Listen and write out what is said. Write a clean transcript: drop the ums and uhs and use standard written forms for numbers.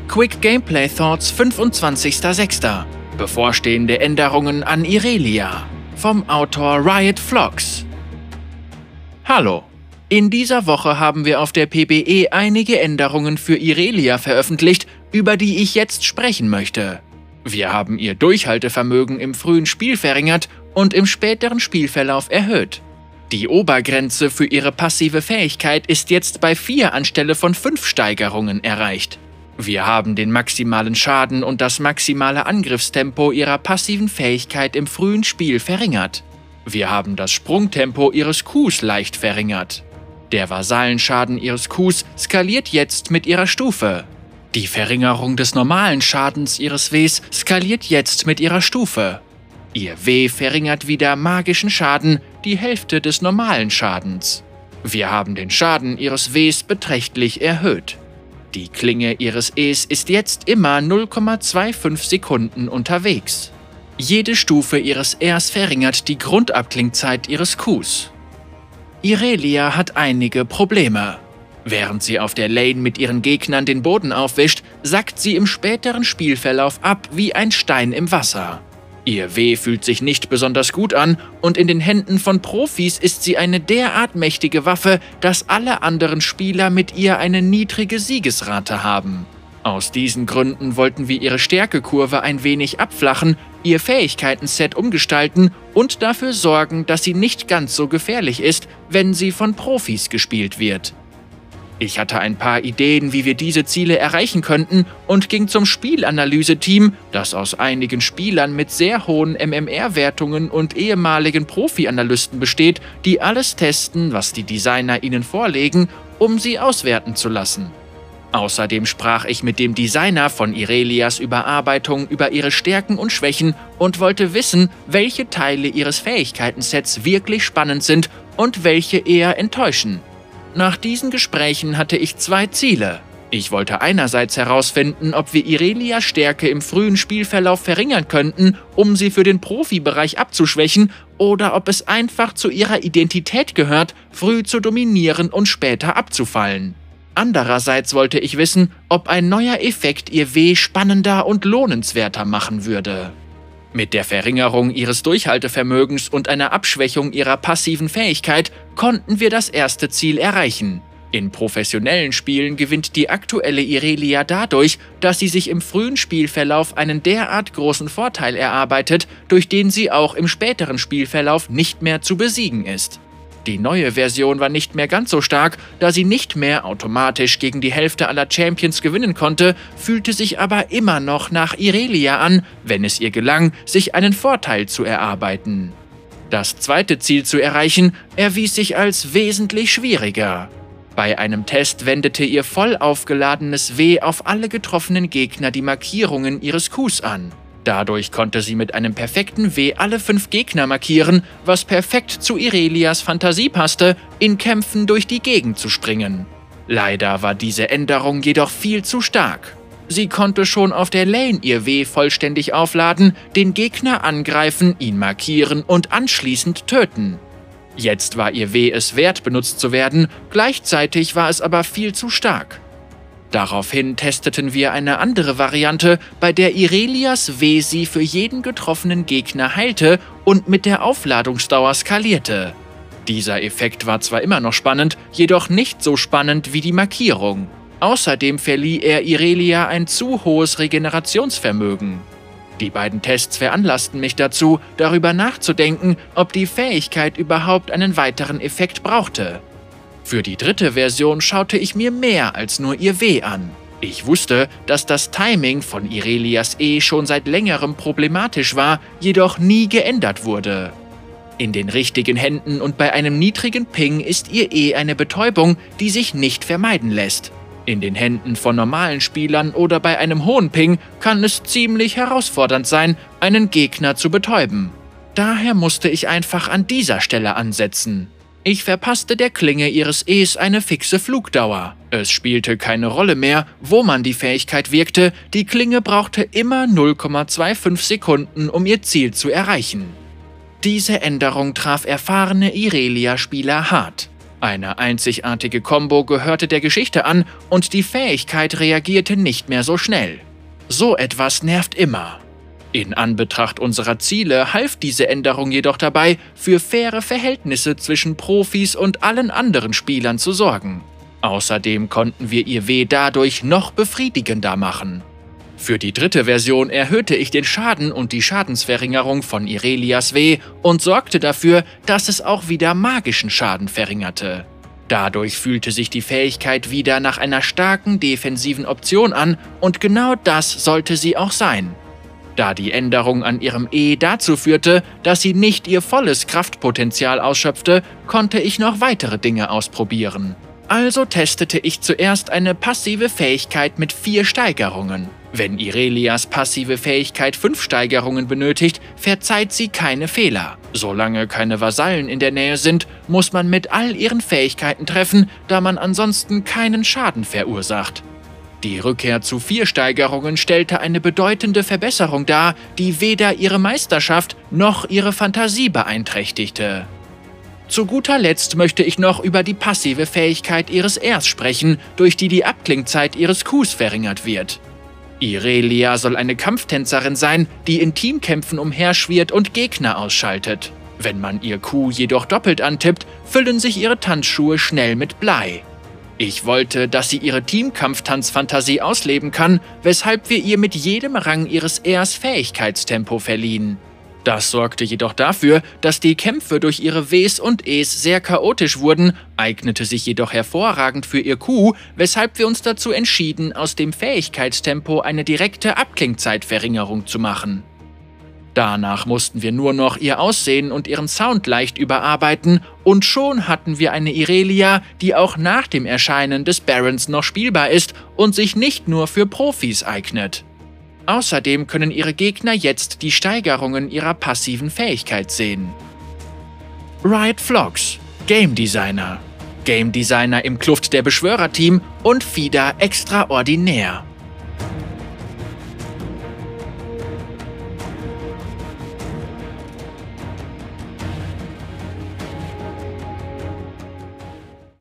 Quick Gameplay Thoughts 25.06. Bevorstehende Änderungen an Irelia vom Autor Riot Vlogs. Hallo! In dieser Woche haben wir auf der PBE einige Änderungen für Irelia veröffentlicht, über die ich jetzt sprechen möchte. Wir haben ihr Durchhaltevermögen im frühen Spiel verringert und im späteren Spielverlauf erhöht. Die Obergrenze für ihre passive Fähigkeit ist jetzt bei 4 anstelle von 5 Steigerungen erreicht. Wir haben den maximalen Schaden und das maximale Angriffstempo ihrer passiven Fähigkeit im frühen Spiel verringert. Wir haben das Sprungtempo ihres Qs leicht verringert. Der Vasallenschaden ihres Qs skaliert jetzt mit ihrer Stufe. Die Verringerung des normalen Schadens ihres Ws skaliert jetzt mit ihrer Stufe. Ihr W verringert wieder magischen Schaden, die Hälfte des normalen Schadens. Wir haben den Schaden ihres Ws beträchtlich erhöht. Die Klinge ihres Es ist jetzt immer 0,25 Sekunden unterwegs. Jede Stufe ihres Rs verringert die Grundabklingzeit ihres Qs. Irelia hat einige Probleme. Während sie auf der Lane mit ihren Gegnern den Boden aufwischt, sackt sie im späteren Spielverlauf ab wie ein Stein im Wasser. Ihr W fühlt sich nicht besonders gut an und in den Händen von Profis ist sie eine derart mächtige Waffe, dass alle anderen Spieler mit ihr eine niedrige Siegesrate haben. Aus diesen Gründen wollten wir ihre Stärkekurve ein wenig abflachen, ihr Fähigkeitenset umgestalten und dafür sorgen, dass sie nicht ganz so gefährlich ist, wenn sie von Profis gespielt wird. Ich hatte ein paar Ideen, wie wir diese Ziele erreichen könnten und ging zum Spielanalyse-Team, das aus einigen Spielern mit sehr hohen MMR-Wertungen und ehemaligen Profi-Analysten besteht, die alles testen, was die Designer ihnen vorlegen, um sie auswerten zu lassen. Außerdem sprach ich mit dem Designer von Irelias Überarbeitung über ihre Stärken und Schwächen und wollte wissen, welche Teile ihres Fähigkeitensets wirklich spannend sind und welche eher enttäuschen. Nach diesen Gesprächen hatte ich 2 Ziele. Ich wollte einerseits herausfinden, ob wir Irelias Stärke im frühen Spielverlauf verringern könnten, um sie für den Profibereich abzuschwächen, oder ob es einfach zu ihrer Identität gehört, früh zu dominieren und später abzufallen. Andererseits wollte ich wissen, ob ein neuer Effekt ihr W spannender und lohnenswerter machen würde. Mit der Verringerung ihres Durchhaltevermögens und einer Abschwächung ihrer passiven Fähigkeit konnten wir das erste Ziel erreichen. In professionellen Spielen gewinnt die aktuelle Irelia dadurch, dass sie sich im frühen Spielverlauf einen derart großen Vorteil erarbeitet, durch den sie auch im späteren Spielverlauf nicht mehr zu besiegen ist. Die neue Version war nicht mehr ganz so stark, da sie nicht mehr automatisch gegen die Hälfte aller Champions gewinnen konnte, fühlte sich aber immer noch nach Irelia an, wenn es ihr gelang, sich einen Vorteil zu erarbeiten. Das zweite Ziel zu erreichen, erwies sich als wesentlich schwieriger. Bei einem Test wendete ihr voll aufgeladenes W auf alle getroffenen Gegner die Markierungen ihres Qs an. Dadurch konnte sie mit einem perfekten W alle 5 Gegner markieren, was perfekt zu Irelias Fantasie passte, in Kämpfen durch die Gegend zu springen. Leider war diese Änderung jedoch viel zu stark. Sie konnte schon auf der Lane ihr W vollständig aufladen, den Gegner angreifen, ihn markieren und anschließend töten. Jetzt war ihr W es wert, benutzt zu werden, gleichzeitig war es aber viel zu stark. Daraufhin testeten wir eine andere Variante, bei der Irelias W sie für jeden getroffenen Gegner heilte und mit der Aufladungsdauer skalierte. Dieser Effekt war zwar immer noch spannend, jedoch nicht so spannend wie die Markierung. Außerdem verlieh er Irelia ein zu hohes Regenerationsvermögen. Die beiden Tests veranlassten mich dazu, darüber nachzudenken, ob die Fähigkeit überhaupt einen weiteren Effekt brauchte. Für die dritte Version schaute ich mir mehr als nur ihr W an. Ich wusste, dass das Timing von Irelias E schon seit längerem problematisch war, jedoch nie geändert wurde. In den richtigen Händen und bei einem niedrigen Ping ist ihr E eine Betäubung, die sich nicht vermeiden lässt. In den Händen von normalen Spielern oder bei einem hohen Ping kann es ziemlich herausfordernd sein, einen Gegner zu betäuben. Daher musste ich einfach an dieser Stelle ansetzen. Ich verpasste der Klinge ihres Es eine fixe Flugdauer. Es spielte keine Rolle mehr, wo man die Fähigkeit wirkte, die Klinge brauchte immer 0,25 Sekunden, um ihr Ziel zu erreichen. Diese Änderung traf erfahrene Irelia-Spieler hart. Eine einzigartige Combo gehörte der Geschichte an und die Fähigkeit reagierte nicht mehr so schnell. So etwas nervt immer. In Anbetracht unserer Ziele half diese Änderung jedoch dabei, für faire Verhältnisse zwischen Profis und allen anderen Spielern zu sorgen. Außerdem konnten wir ihr W dadurch noch befriedigender machen. Für die dritte Version erhöhte ich den Schaden und die Schadensverringerung von Irelias W und sorgte dafür, dass es auch wieder magischen Schaden verringerte. Dadurch fühlte sich die Fähigkeit wieder nach einer starken defensiven Option an und genau das sollte sie auch sein. Da die Änderung an ihrem E dazu führte, dass sie nicht ihr volles Kraftpotenzial ausschöpfte, konnte ich noch weitere Dinge ausprobieren. Also testete ich zuerst eine passive Fähigkeit mit 4 Steigerungen. Wenn Irelias passive Fähigkeit 5 Steigerungen benötigt, verzeiht sie keine Fehler. Solange keine Vasallen in der Nähe sind, muss man mit all ihren Fähigkeiten treffen, da man ansonsten keinen Schaden verursacht. Die Rückkehr zu 4 Steigerungen stellte eine bedeutende Verbesserung dar, die weder ihre Meisterschaft noch ihre Fantasie beeinträchtigte. Zu guter Letzt möchte ich noch über die passive Fähigkeit ihres Rs sprechen, durch die die Abklingzeit ihres Qs verringert wird. Irelia soll eine Kampftänzerin sein, die in Teamkämpfen umherschwirrt und Gegner ausschaltet. Wenn man ihr Q jedoch doppelt antippt, füllen sich ihre Tanzschuhe schnell mit Blei. Ich wollte, dass sie ihre Teamkampftanzfantasie ausleben kann, weshalb wir ihr mit jedem Rang ihres Rs Fähigkeitstempo verliehen. Das sorgte jedoch dafür, dass die Kämpfe durch ihre Ws und Es sehr chaotisch wurden, eignete sich jedoch hervorragend für ihr Q, weshalb wir uns dazu entschieden, aus dem Fähigkeitstempo eine direkte Abklingzeitverringerung zu machen. Danach mussten wir nur noch ihr Aussehen und ihren Sound leicht überarbeiten und schon hatten wir eine Irelia, die auch nach dem Erscheinen des Barons noch spielbar ist und sich nicht nur für Profis eignet. Außerdem können ihre Gegner jetzt die Steigerungen ihrer passiven Fähigkeit sehen. Riot Vlogs, Game Designer. Game Designer im Kluft der Beschwörer-Team und Fida extraordinär.